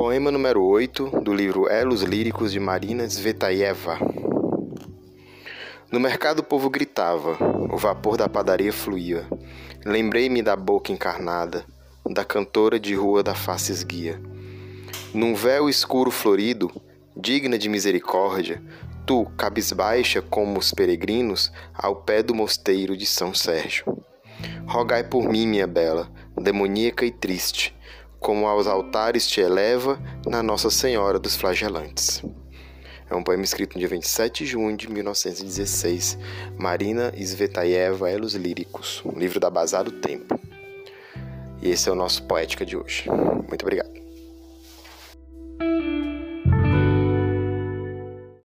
Poema número 8, do livro Elos Líricos de Marina Tsvetaeva. No mercado o povo gritava, o vapor da padaria fluía. Lembrei-me da boca encarnada, da cantora de rua da face esguia. Num véu escuro florido, digna de misericórdia, tu, cabisbaixa como os peregrinos, ao pé do mosteiro de São Sérgio. Rogai por mim, minha bela, demoníaca e triste, como aos altares te eleva na Nossa Senhora dos Flagelantes. É um poema escrito no dia 27 de junho de 1916, Marina Tsvetaeva, Elos Líricos, um livro da Bazar do Tempo. E esse é o nosso Poética de hoje. Muito obrigado.